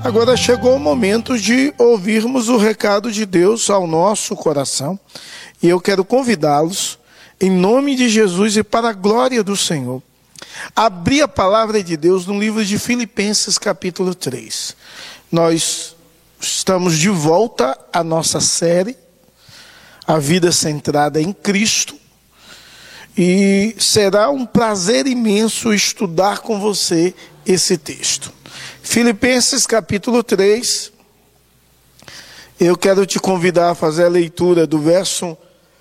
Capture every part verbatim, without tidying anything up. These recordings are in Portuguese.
Agora chegou o momento de ouvirmos o recado de Deus ao nosso coração. E eu quero convidá-los, em nome de Jesus e para a glória do Senhor, a abrir a palavra de Deus no livro de Filipenses capítulo três. Nós estamos de volta à nossa série, A Vida Centrada em Cristo. E será um prazer imenso estudar com você esse texto. Filipenses capítulo três, eu quero te convidar a fazer a leitura do verso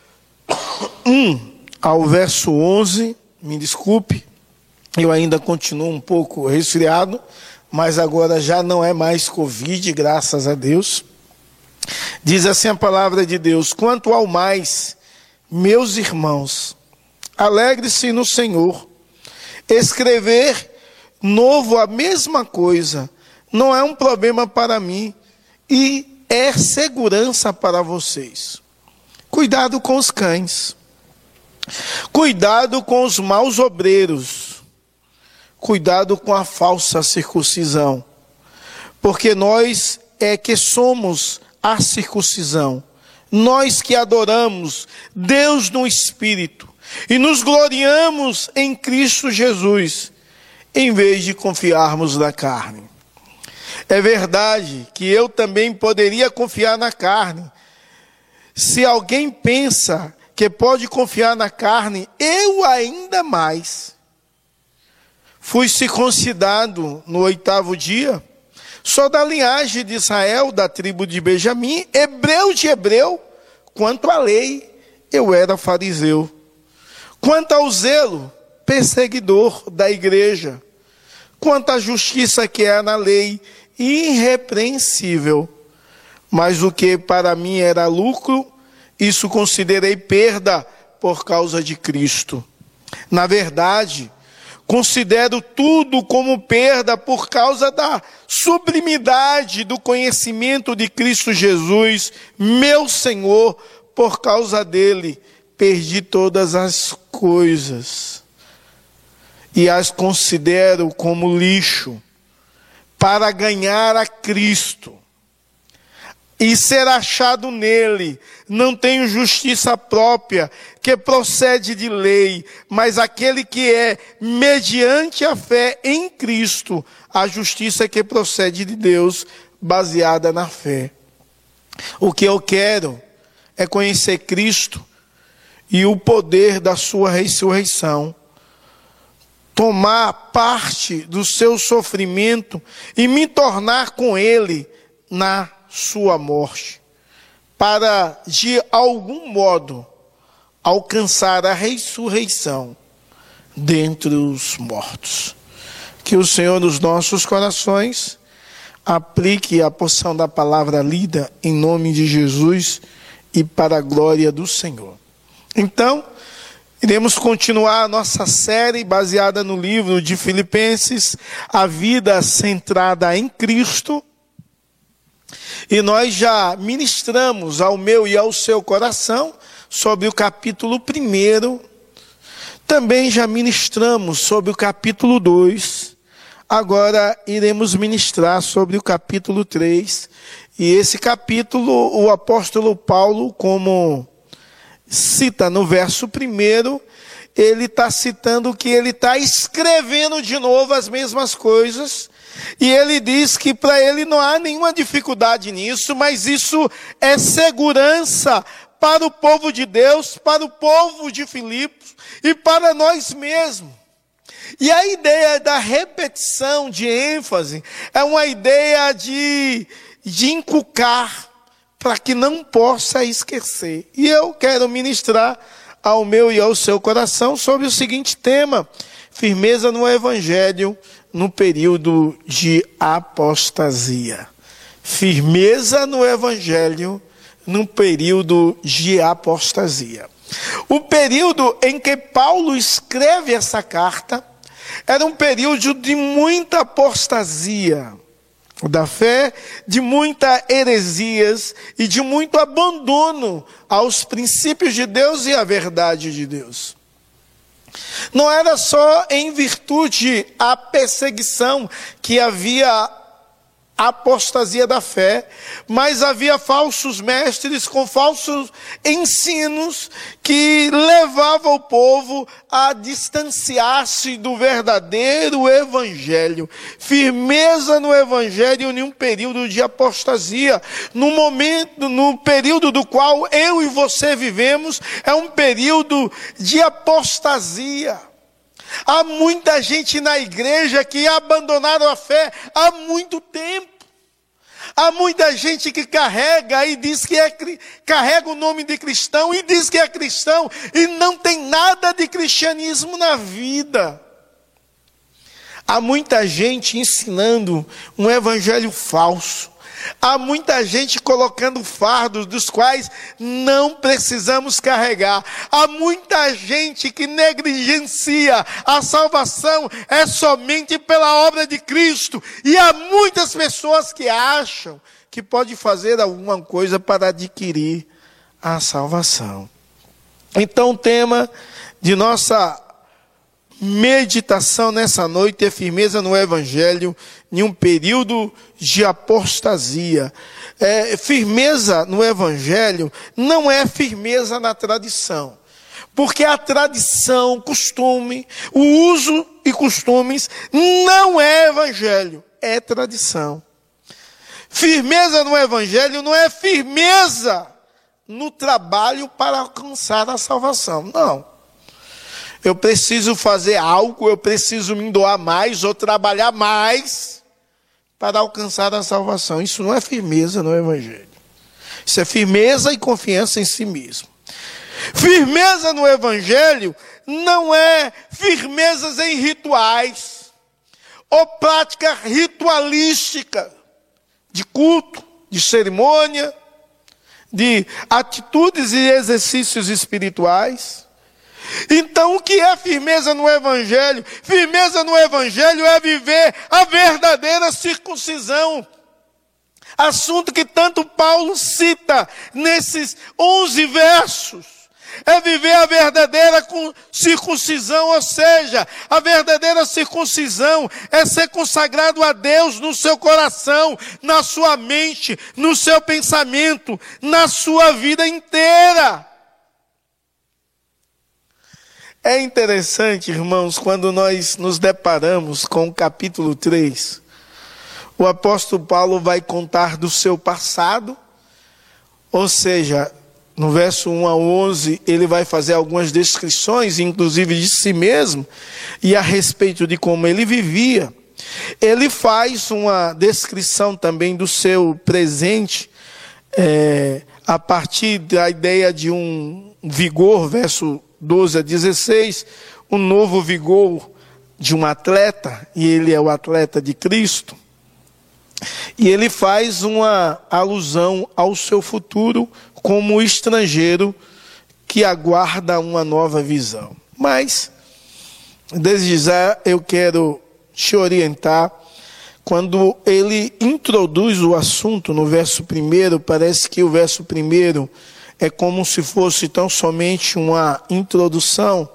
um ao verso onze, me desculpe, eu ainda continuo um pouco resfriado, mas agora já não é mais Covid, graças a Deus. Diz assim a palavra de Deus: quanto ao mais, meus irmãos, alegre-se no Senhor. Escrever novo a mesma coisa não é um problema para mim e é segurança para vocês. Cuidado com os cães. Cuidado com os maus obreiros. Cuidado com a falsa circuncisão. Porque nós é que somos a circuncisão. Nós que adoramos Deus no Espírito e nos gloriamos em Cristo Jesus, em vez de confiarmos na carne. É verdade que eu também poderia confiar na carne. Se alguém pensa que pode confiar na carne, eu ainda mais. Fui circuncidado no oitavo dia, sou da linhagem de Israel, da tribo de Benjamim, hebreu de hebreu. Quanto à lei, eu era fariseu. Quanto ao zelo, perseguidor da igreja. Quanto à justiça que é na lei, irrepreensível. Mas o que para mim era lucro, isso considerei perda por causa de Cristo. Na verdade, considero tudo como perda por causa da sublimidade do conhecimento de Cristo Jesus, meu Senhor. Por causa dele, perdi todas as coisas e as considero como lixo para ganhar a Cristo e ser achado nele. Não tenho justiça própria que procede de lei, mas aquele que é mediante a fé em Cristo, a justiça que procede de Deus, baseada na fé. O que eu quero é conhecer Cristo e o poder da sua ressurreição, tomar parte do seu sofrimento e me tornar com ele na sua morte, para de algum modo alcançar a ressurreição dentre os mortos. Que o Senhor nos nossos corações aplique a porção da palavra lida em nome de Jesus e para a glória do Senhor. Então, iremos continuar a nossa série baseada no livro de Filipenses, A Vida Centrada em Cristo. E nós já ministramos ao meu e ao seu coração sobre o capítulo primeiro. Também já ministramos sobre o capítulo dois. Agora iremos ministrar sobre o capítulo três. E esse capítulo, o apóstolo Paulo, como cita no verso primeiro, ele está citando que ele está escrevendo de novo as mesmas coisas. E ele diz que para ele não há nenhuma dificuldade nisso, mas isso é segurança para o povo de Deus, para o povo de Filipos e para nós mesmos. E a ideia da repetição de ênfase é uma ideia de, de inculcar para que não possa esquecer. E eu quero ministrar ao meu e ao seu coração sobre o seguinte tema: firmeza no Evangelho no período de apostasia. Firmeza no Evangelho no período de apostasia. O período em que Paulo escreve essa carta era um período de muita apostasia da fé, de muita heresias e de muito abandono aos princípios de Deus e à verdade de Deus. Não era só em virtude a perseguição que havia apostasia da fé, mas havia falsos mestres com falsos ensinos que levavam o povo a distanciar-se do verdadeiro evangelho. Firmeza no evangelho em um período de apostasia, no momento, no período do qual eu e você vivemos, é um período de apostasia. Há muita gente na igreja que abandonaram a fé há muito tempo. Há muita gente que carrega e diz que é, carrega o nome de cristão e diz que é cristão e não tem nada de cristianismo na vida. Há muita gente ensinando um evangelho falso. Há muita gente colocando fardos dos quais não precisamos carregar. Há muita gente que negligencia a salvação é somente pela obra de Cristo. E há muitas pessoas que acham que pode fazer alguma coisa para adquirir a salvação. Então o tema de nossa meditação nessa noite é firmeza no evangelho em um período de apostasia. É, firmeza no evangelho não é firmeza na tradição, porque a tradição, costume, o uso e costumes não é evangelho, é tradição. Firmeza no evangelho não é firmeza no trabalho para alcançar a salvação, não. Eu preciso fazer algo, eu preciso me doar mais ou trabalhar mais para alcançar a salvação. Isso não é firmeza no evangelho. Isso é firmeza e confiança em si mesmo. Firmeza no evangelho não é firmezas em rituais ou prática ritualística de culto, de cerimônia, de atitudes e exercícios espirituais. Então, o que é firmeza no evangelho? Firmeza no evangelho é viver a verdadeira circuncisão. Assunto que tanto Paulo cita nesses onze versos. É viver a verdadeira circuncisão, ou seja, a verdadeira circuncisão é ser consagrado a Deus no seu coração, na sua mente, no seu pensamento, na sua vida inteira. É interessante, irmãos, quando nós nos deparamos com o capítulo três, o apóstolo Paulo vai contar do seu passado, ou seja, no verso um a onze, ele vai fazer algumas descrições, inclusive de si mesmo, e a respeito de como ele vivia. Ele faz uma descrição também do seu presente, é, a partir da ideia de um vigor, verso doze a dezesseis, um novo vigor de um atleta, e ele é o atleta de Cristo. E ele faz uma alusão ao seu futuro como estrangeiro que aguarda uma nova visão. Mas, desde já, eu quero te orientar. Quando ele introduz o assunto no verso primeiro, parece que o verso primeiro é como se fosse tão somente uma introdução.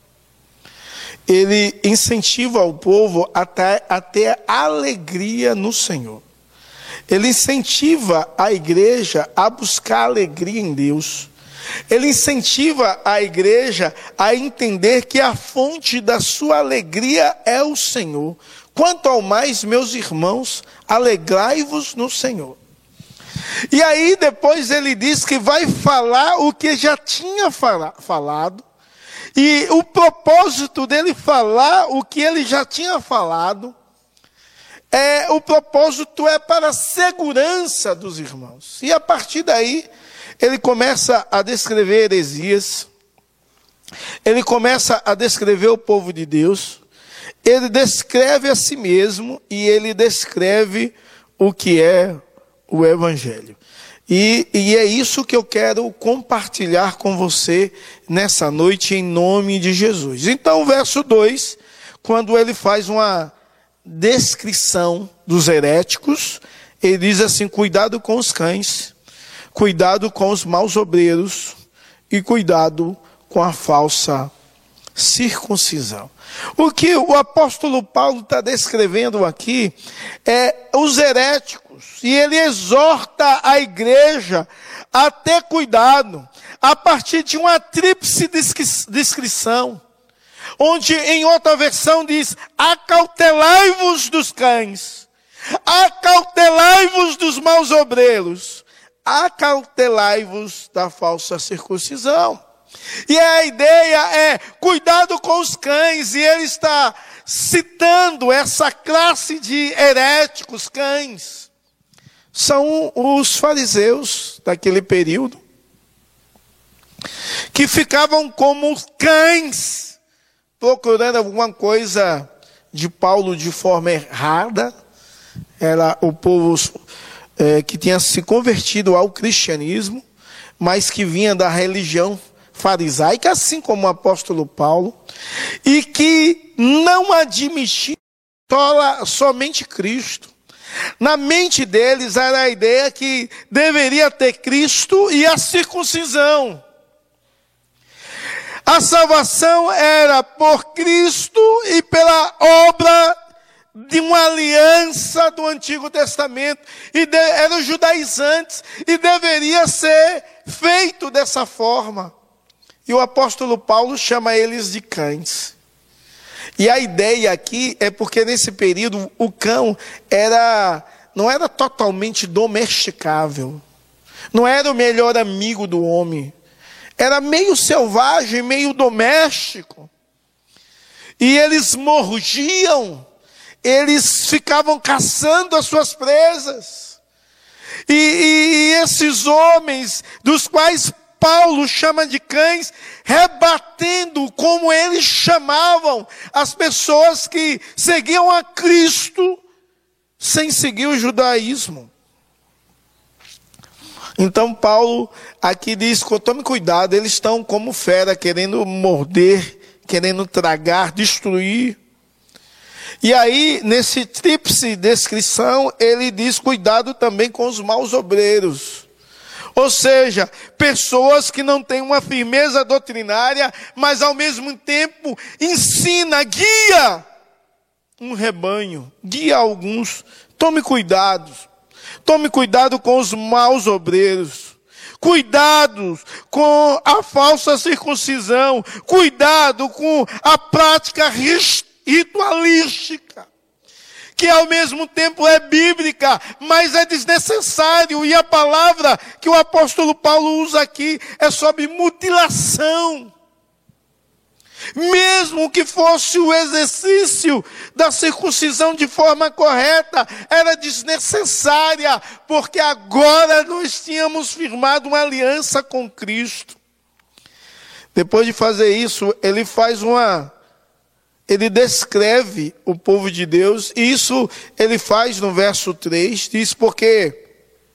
Ele incentiva o povo a ter, a ter alegria no Senhor. Ele incentiva a igreja a buscar alegria em Deus. Ele incentiva a igreja a entender que a fonte da sua alegria é o Senhor. Quanto ao mais, meus irmãos, alegrai-vos no Senhor. E aí depois ele diz que vai falar o que já tinha fala, falado. E o propósito dele falar o que ele já tinha falado, é, o propósito é para a segurança dos irmãos. E a partir daí, ele começa a descrever heresias, ele começa a descrever o povo de Deus, ele descreve a si mesmo e ele descreve o que é o Evangelho. E, e é isso que eu quero compartilhar com você nessa noite, em nome de Jesus. Então, o verso dois, quando ele faz uma descrição dos heréticos, ele diz assim: cuidado com os cães, cuidado com os maus obreiros e cuidado com a falsa circuncisão. O que o apóstolo Paulo está descrevendo aqui é os heréticos, e ele exorta a igreja a ter cuidado, a partir de uma tríplice descrição, onde em outra versão diz: acautelai-vos dos cães, acautelai-vos dos maus obreiros, acautelai-vos da falsa circuncisão. E a ideia é cuidado com os cães, e ele está citando essa classe de heréticos, cães. São os fariseus daquele período, que ficavam como cães, procurando alguma coisa de Paulo de forma errada. Era o povo é, que tinha se convertido ao cristianismo, mas que vinha da religião farisaica, assim como o apóstolo Paulo, e que não admitia somente Cristo. Na mente deles era a ideia que deveria ter Cristo e a circuncisão. A salvação era por Cristo e pela obra de uma aliança do Antigo Testamento, e de, eram judaizantes, e deveria ser feito dessa forma. E o apóstolo Paulo chama eles de cães. E a ideia aqui é porque nesse período o cão era, não era totalmente domesticável. Não era o melhor amigo do homem. Era meio selvagem, meio doméstico. E eles mordiam, eles ficavam caçando as suas presas. E, e, e esses homens, dos quais Paulo chama de cães, rebatendo como eles chamavam as pessoas que seguiam a Cristo sem seguir o judaísmo. Então Paulo aqui diz: tome cuidado, eles estão como fera, querendo morder, querendo tragar, destruir. E aí, nesse tríplice descrição, ele diz: cuidado também com os maus obreiros. Ou seja, pessoas que não têm uma firmeza doutrinária, mas ao mesmo tempo ensina, guia um rebanho, guia alguns. Tome cuidado, tome cuidado com os maus obreiros, cuidado com a falsa circuncisão, cuidado com a prática ritualística, que ao mesmo tempo é bíblica, mas é desnecessário. E a palavra que o apóstolo Paulo usa aqui é sobre mutilação. Mesmo que fosse o exercício da circuncisão de forma correta, era desnecessária, porque agora nós tínhamos firmado uma aliança com Cristo. Depois de fazer isso, ele faz uma... Ele descreve o povo de Deus, e isso ele faz no verso três, diz: porque,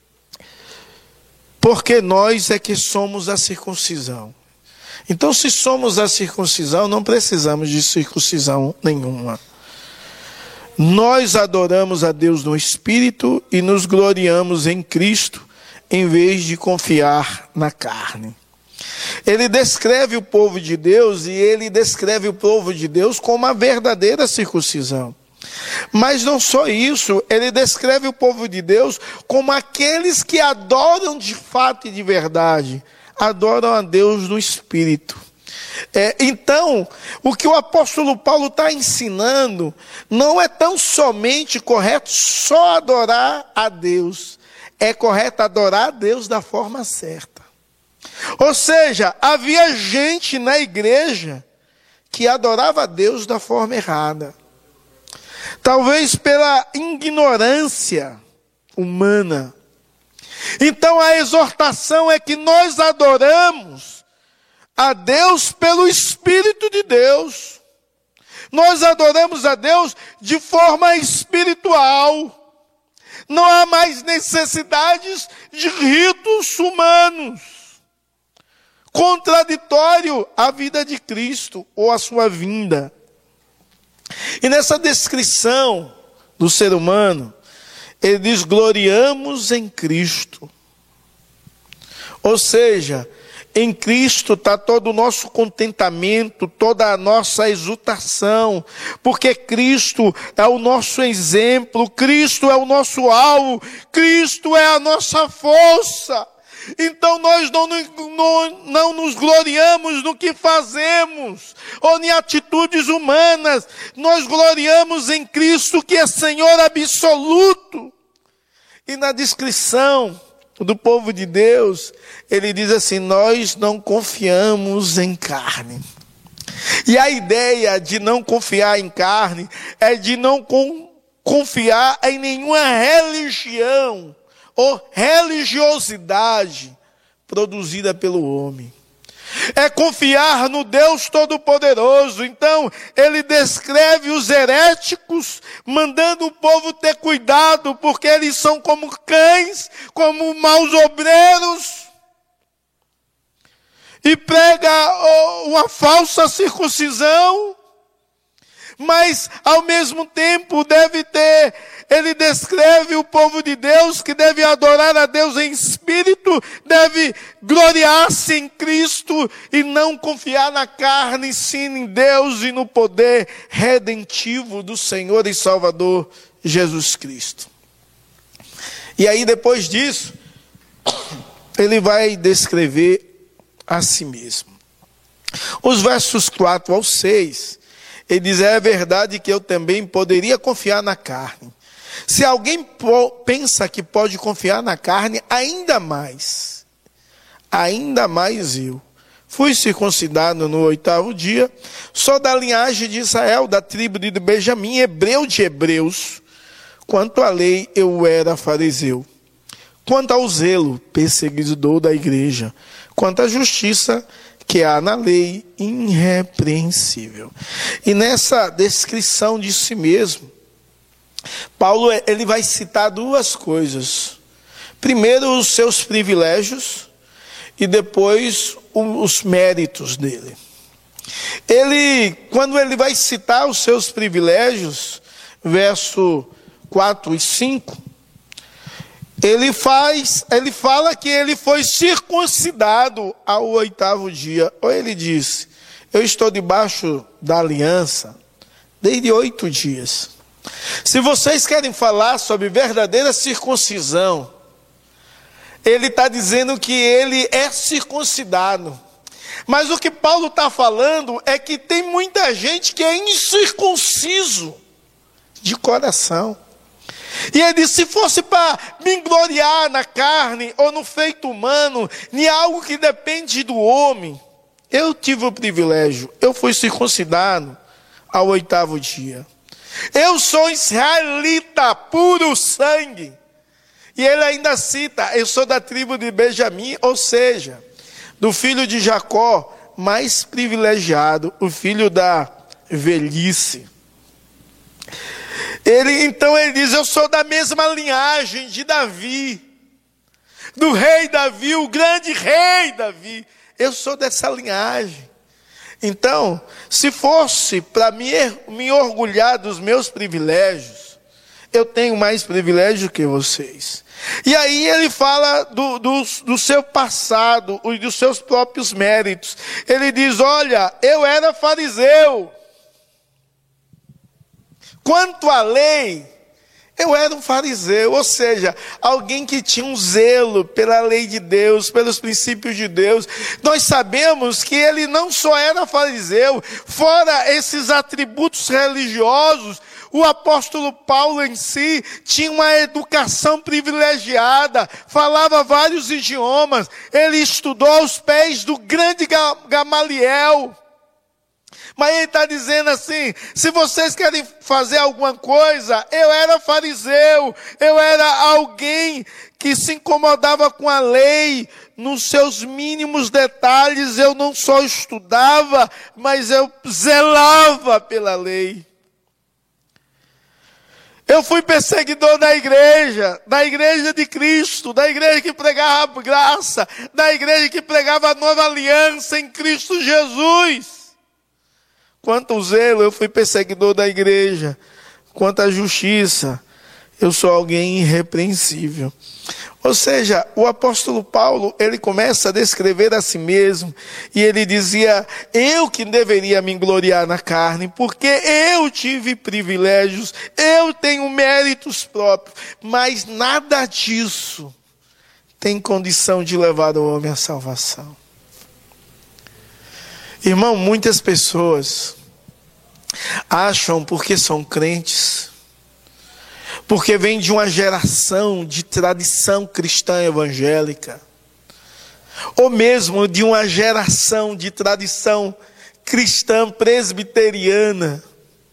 porque nós é que somos a circuncisão. Então, se somos a circuncisão, não precisamos de circuncisão nenhuma. Nós adoramos a Deus no Espírito e nos gloriamos em Cristo, em vez de confiar na carne. Ele descreve o povo de Deus, e ele descreve o povo de Deus como uma verdadeira circuncisão. Mas não só isso, ele descreve o povo de Deus como aqueles que adoram de fato e de verdade, adoram a Deus no Espírito. É, então, o que o apóstolo Paulo está ensinando, não é tão somente correto só adorar a Deus, é correto adorar a Deus da forma certa. Ou seja, havia gente na igreja que adorava a Deus da forma errada. Talvez pela ignorância humana. Então a exortação é que nós adoramos a Deus pelo Espírito de Deus. Nós adoramos a Deus de forma espiritual. Não há mais necessidades de ritos humanos. Contraditório à vida de Cristo ou à sua vinda. E nessa descrição do ser humano, ele diz: gloriamos em Cristo. Ou seja, Em Cristo está todo o nosso contentamento, toda a nossa exultação, porque Cristo é o nosso exemplo, Cristo é o nosso alvo, Cristo é a nossa força. Então nós não, não, não nos gloriamos no que fazemos, ou em atitudes humanas, nós gloriamos em Cristo que é Senhor absoluto. E na descrição do povo de Deus, ele diz assim: nós não confiamos em carne. E a ideia de não confiar em carne é de não com, confiar em nenhuma religião ou religiosidade produzida pelo homem. É confiar no Deus Todo-Poderoso. Então, ele descreve os heréticos, mandando o povo ter cuidado, porque eles são como cães, como maus obreiros. E prega uma falsa circuncisão, mas ao mesmo tempo deve ter, ele descreve o povo de Deus que deve adorar a Deus em espírito, deve gloriar-se em Cristo e não confiar na carne, sim em Deus e no poder redentivo do Senhor e Salvador Jesus Cristo. E aí depois disso, ele vai descrever a si mesmo. Os versos quatro ao seis, ele diz: é verdade que eu também poderia confiar na carne. Se alguém pensa que pode confiar na carne, ainda mais, ainda mais eu. Fui circuncidado no oitavo dia, sou da linhagem de Israel, da tribo de Benjamim, hebreu de hebreus. Quanto à lei, eu era fariseu. Quanto ao zelo, perseguidor da igreja. Quanto à justiça que há na lei, irrepreensível. E nessa descrição de si mesmo, Paulo ele vai citar duas coisas. Primeiro, os seus privilégios e depois os méritos dele. Ele, quando ele vai citar os seus privilégios, verso quatro e cinco, ele faz, ele fala que ele foi circuncidado ao oitavo dia. Ou ele disse: eu estou debaixo da aliança desde oito dias. Se vocês querem falar sobre verdadeira circuncisão, ele está dizendo que ele é circuncidado. Mas o que Paulo está falando é que tem muita gente que é incircunciso de coração. E ele disse: se fosse para me gloriar na carne ou no feito humano, em algo que depende do homem, eu tive o privilégio, eu fui circuncidado ao oitavo dia. Eu sou israelita, puro sangue. E ele ainda cita: eu sou da tribo de Benjamim, ou seja, do filho de Jacó, mais privilegiado, o filho da velhice. Ele, então ele diz: eu sou da mesma linhagem de Davi, do rei Davi, o grande rei Davi. Eu sou dessa linhagem. Então, se fosse para me, me orgulhar dos meus privilégios, eu tenho mais privilégio que vocês. E aí ele fala do, do, do seu passado, e dos seus próprios méritos. Ele diz: olha, eu era fariseu. Quanto à lei, eu era um fariseu, ou seja, alguém que tinha um zelo pela lei de Deus, pelos princípios de Deus. Nós sabemos que ele não só era fariseu, fora esses atributos religiosos, o apóstolo Paulo em si tinha uma educação privilegiada, falava vários idiomas, ele estudou aos pés do grande Gamaliel. Mas ele está dizendo assim: se vocês querem fazer alguma coisa, eu era fariseu, eu era alguém que se incomodava com a lei, nos seus mínimos detalhes. Eu não só estudava, mas eu zelava pela lei. Eu fui perseguidor da igreja, da igreja de Cristo, da igreja que pregava a graça, da igreja que pregava a nova aliança em Cristo Jesus. Quanto ao zelo, eu fui perseguidor da igreja. Quanto à justiça, eu sou alguém irrepreensível. Ou seja, o apóstolo Paulo, ele começa a descrever a si mesmo, e ele dizia, eu que deveria me gloriar na carne, porque eu tive privilégios, eu tenho méritos próprios, mas nada disso tem condição de levar o homem à salvação. Irmão, muitas pessoas acham, porque são crentes, porque vem de uma geração de tradição cristã evangélica, ou mesmo de uma geração de tradição cristã presbiteriana,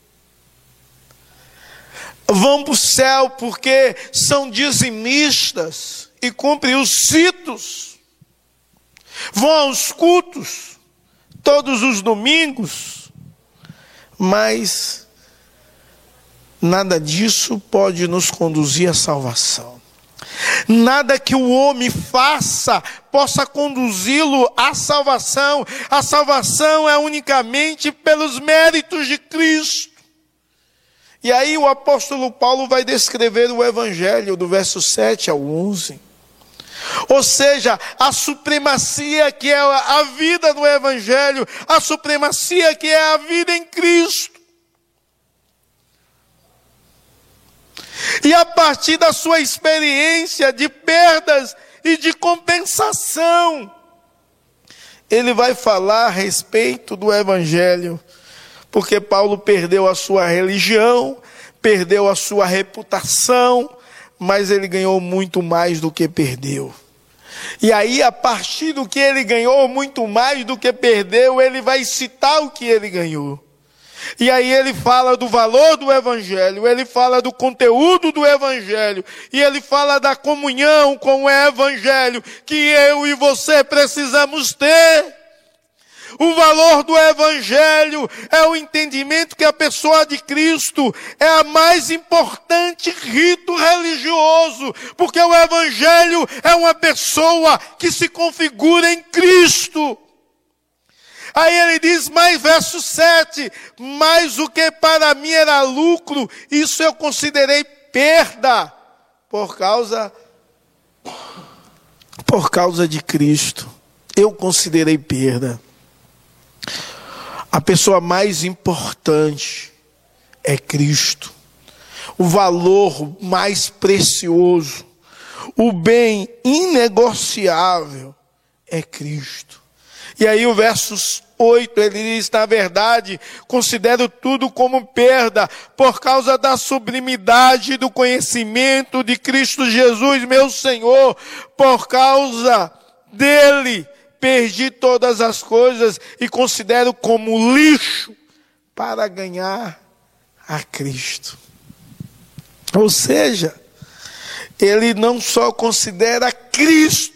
vão para o céu porque são dizimistas e cumprem os ritos, vão aos cultos todos os domingos, mas nada disso pode nos conduzir à salvação. Nada que o homem faça possa conduzi-lo à salvação. A salvação é unicamente pelos méritos de Cristo. E aí o apóstolo Paulo vai descrever o evangelho do verso sete ao onze. Ou seja, a supremacia que é a vida no evangelho, a supremacia que é a vida em Cristo. E a partir da sua experiência de perdas e de compensação, ele vai falar a respeito do evangelho, porque Paulo perdeu a sua religião, perdeu a sua reputação, mas ele ganhou muito mais do que perdeu. E aí, a partir do que ele ganhou muito mais do que perdeu, ele vai citar o que ele ganhou. E aí ele fala do valor do evangelho, ele fala do conteúdo do evangelho, e ele fala da comunhão com o evangelho que eu e você precisamos ter. O valor do evangelho é o entendimento que a pessoa de Cristo é a mais importante rito religioso, porque o evangelho é uma pessoa que se configura em Cristo. Aí ele diz, mais verso sete, mas o que para mim era lucro, isso eu considerei perda, por causa, por causa de Cristo. Eu considerei perda. A pessoa mais importante é Cristo. O valor mais precioso, o bem inegociável é Cristo. E aí o versos oito, ele diz, na verdade, considero tudo como perda, por causa da sublimidade do conhecimento de Cristo Jesus, meu Senhor. Por causa dele, perdi todas as coisas e considero como lixo para ganhar a Cristo. Ou seja, ele não só considera Cristo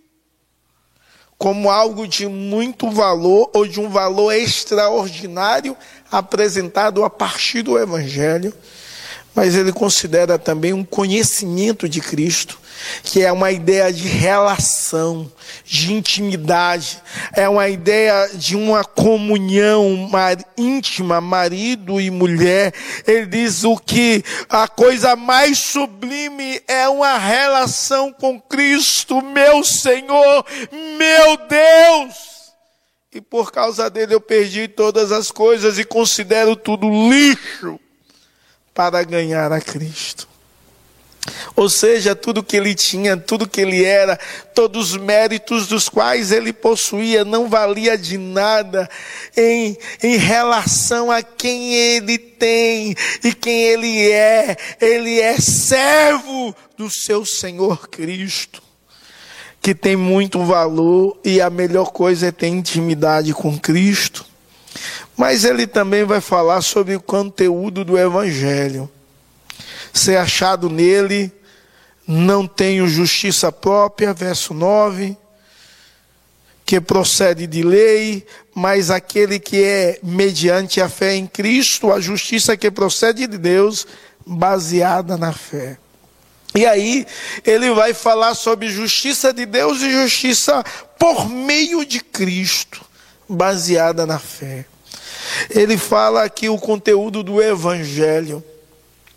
como algo de muito valor ou de um valor extraordinário apresentado a partir do evangelho, mas ele considera também um conhecimento de Cristo, que é uma ideia de relação, de intimidade, é uma ideia de uma comunhão íntima, marido e mulher. Ele diz o que a coisa mais sublime é uma relação com Cristo, meu Senhor, meu Deus. E por causa dele eu perdi todas as coisas e considero tudo lixo para ganhar a Cristo. Ou seja, tudo que ele tinha, tudo que ele era, todos os méritos dos quais ele possuía, não valia de nada em, em relação a quem ele tem e quem ele é. Ele é servo do seu Senhor Cristo, que tem muito valor, e a melhor coisa é ter intimidade com Cristo. Mas ele também vai falar sobre o conteúdo do evangelho. Ser achado nele, não tenho justiça própria, verso nove, que procede de lei, mas aquele que é mediante a fé em Cristo, a justiça que procede de Deus, baseada na fé. E aí, ele vai falar sobre justiça de Deus e justiça por meio de Cristo, baseada na fé. Ele fala aqui o conteúdo do evangelho.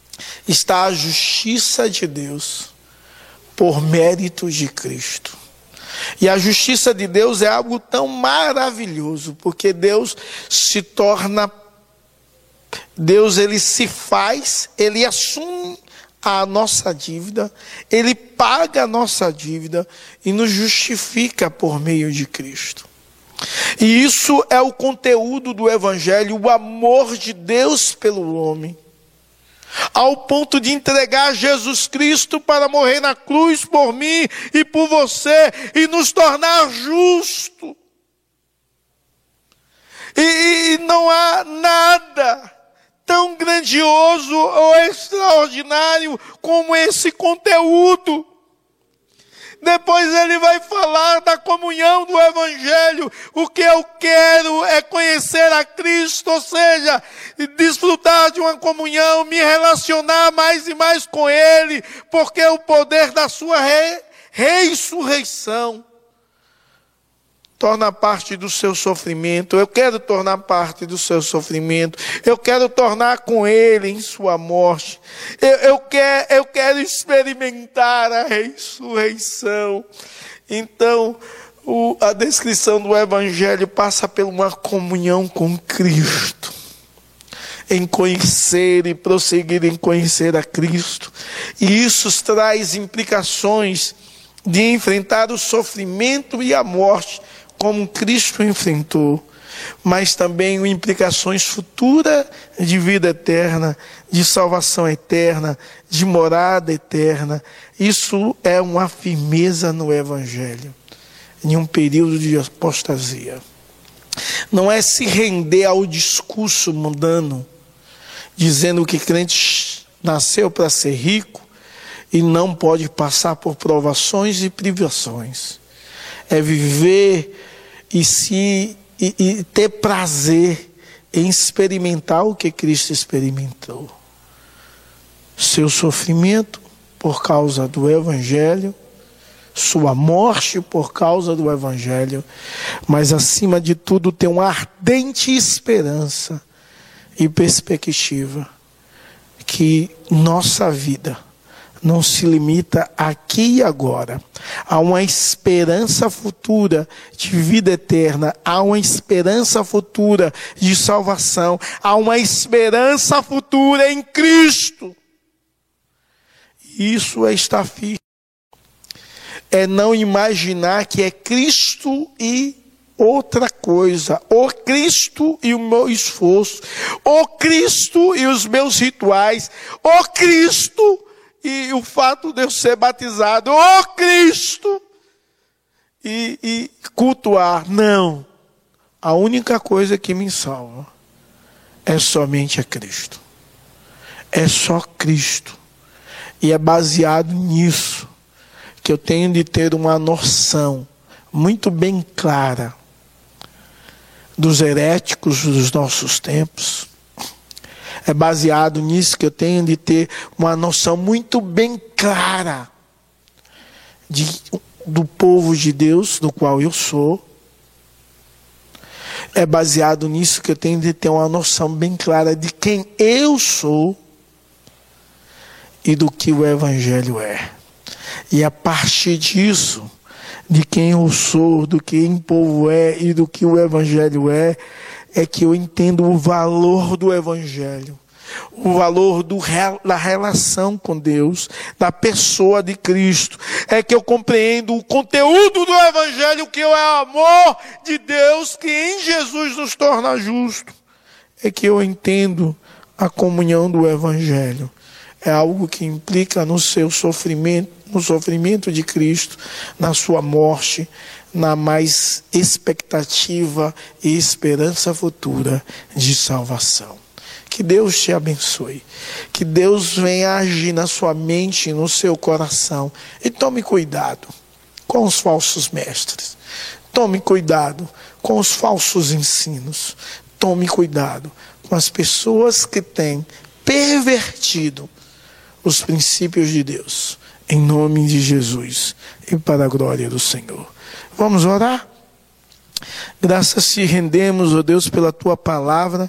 está a justiça de Deus por mérito de Cristo. E a justiça de Deus é algo tão maravilhoso, porque Deus se torna, Deus ele se faz, ele assume a nossa dívida, ele paga a nossa dívida e nos justifica por meio de Cristo. E isso é o conteúdo do Evangelho, o amor de Deus pelo homem, ao ponto de entregar Jesus Cristo para morrer na cruz por mim e por você, e nos tornar justo. E, e não há nada tão grandioso ou extraordinário como esse conteúdo. Depois ele vai falar da comunhão do Evangelho. O que eu quero é conhecer a Cristo, ou seja, desfrutar de uma comunhão, me relacionar mais e mais com Ele, porque o poder da sua re- ressurreição torna parte do seu sofrimento. Eu quero tornar parte do seu sofrimento. Eu quero tornar com Ele em sua morte. Eu, eu, quero, eu quero experimentar a ressurreição. Então, o, a descrição do Evangelho passa por uma comunhão com Cristo. Em conhecer e prosseguir em conhecer a Cristo. E isso traz implicações de enfrentar o sofrimento e a morte como Cristo enfrentou, mas também implicações futuras de vida eterna, de salvação eterna, de morada eterna. Isso é uma firmeza no Evangelho, em um período de apostasia. Não é se render ao discurso mundano, dizendo que crente nasceu para ser rico e não pode passar por provações e privações. É viver e, se, e, e ter prazer em experimentar o que Cristo experimentou. Seu sofrimento por causa do Evangelho, sua morte por causa do Evangelho, mas acima de tudo ter uma ardente esperança e perspectiva que nossa vida não se limita aqui e agora. Há uma esperança futura de vida eterna. Há uma esperança futura de salvação. Há uma esperança futura em Cristo. Isso é estar firme. É não imaginar que é Cristo e outra coisa. Ou Cristo e o meu esforço. Ou Cristo e os meus rituais. Ou Cristo e o fato de eu ser batizado, oh Cristo, e, e cultuar. Não. A única coisa que me salva é somente a Cristo. É só Cristo. E é baseado nisso que eu tenho de ter uma noção muito bem clara dos heréticos dos nossos tempos. É baseado nisso que eu tenho de ter uma noção muito bem clara de, do povo de Deus, do qual eu sou. É baseado nisso que eu tenho de ter uma noção bem clara de quem eu sou e do que o Evangelho é. E a partir disso, de quem eu sou, do que o povo é e do que o Evangelho é, é que eu entendo o valor do Evangelho, o valor do, da relação com Deus, da pessoa de Cristo. É que eu compreendo o conteúdo do Evangelho, que é o amor de Deus, que em Jesus nos torna justo. É que eu entendo a comunhão do Evangelho. É algo que implica no seu sofrimento, no sofrimento de Cristo, na sua morte, na mais expectativa e esperança futura de salvação. Que Deus te abençoe. Que Deus venha agir na sua mente e no seu coração. E tome cuidado com os falsos mestres. Tome cuidado com os falsos ensinos. Tome cuidado com as pessoas que têm pervertido os princípios de Deus. Em nome de Jesus e para a glória do Senhor. Vamos orar? Graças te rendemos, ó Deus, pela tua palavra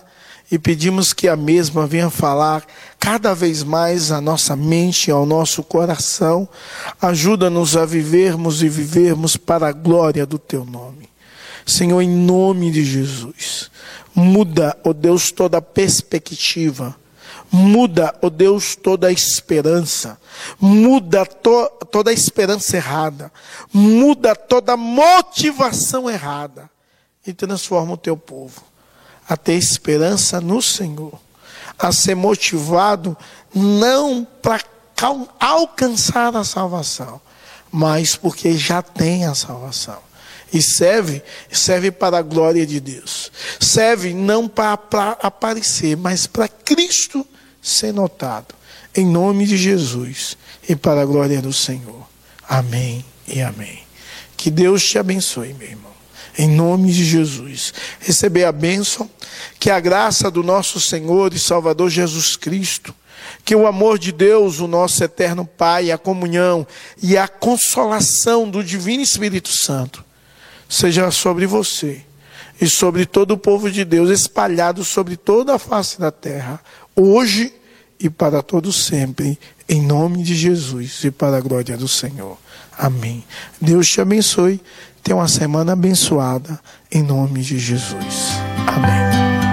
e pedimos que a mesma venha falar cada vez mais à nossa mente e ao nosso coração. Ajuda-nos a vivermos e vivermos para a glória do Teu nome. Senhor, em nome de Jesus, muda, ó Deus, toda a perspectiva. Muda, ó Deus, toda a esperança. Muda to, toda a esperança errada. Muda toda a motivação errada. E transforma o Teu povo a ter esperança no Senhor. A ser motivado não para alcançar a salvação, mas porque já tem a salvação. E serve, serve para a glória de Deus. Serve não para, para aparecer, mas para Cristo ser notado. Em nome de Jesus e para a glória do Senhor. Amém e amém. Que Deus te abençoe, meu irmão. Em nome de Jesus. Receber a bênção, que a graça do nosso Senhor e Salvador Jesus Cristo, que o amor de Deus, o nosso eterno Pai, a comunhão e a consolação do Divino Espírito Santo seja sobre você e sobre todo o povo de Deus, espalhado sobre toda a face da terra, hoje e para todo sempre, em nome de Jesus e para a glória do Senhor. Amém. Deus te abençoe. Tenha uma semana abençoada, em nome de Jesus. Amém.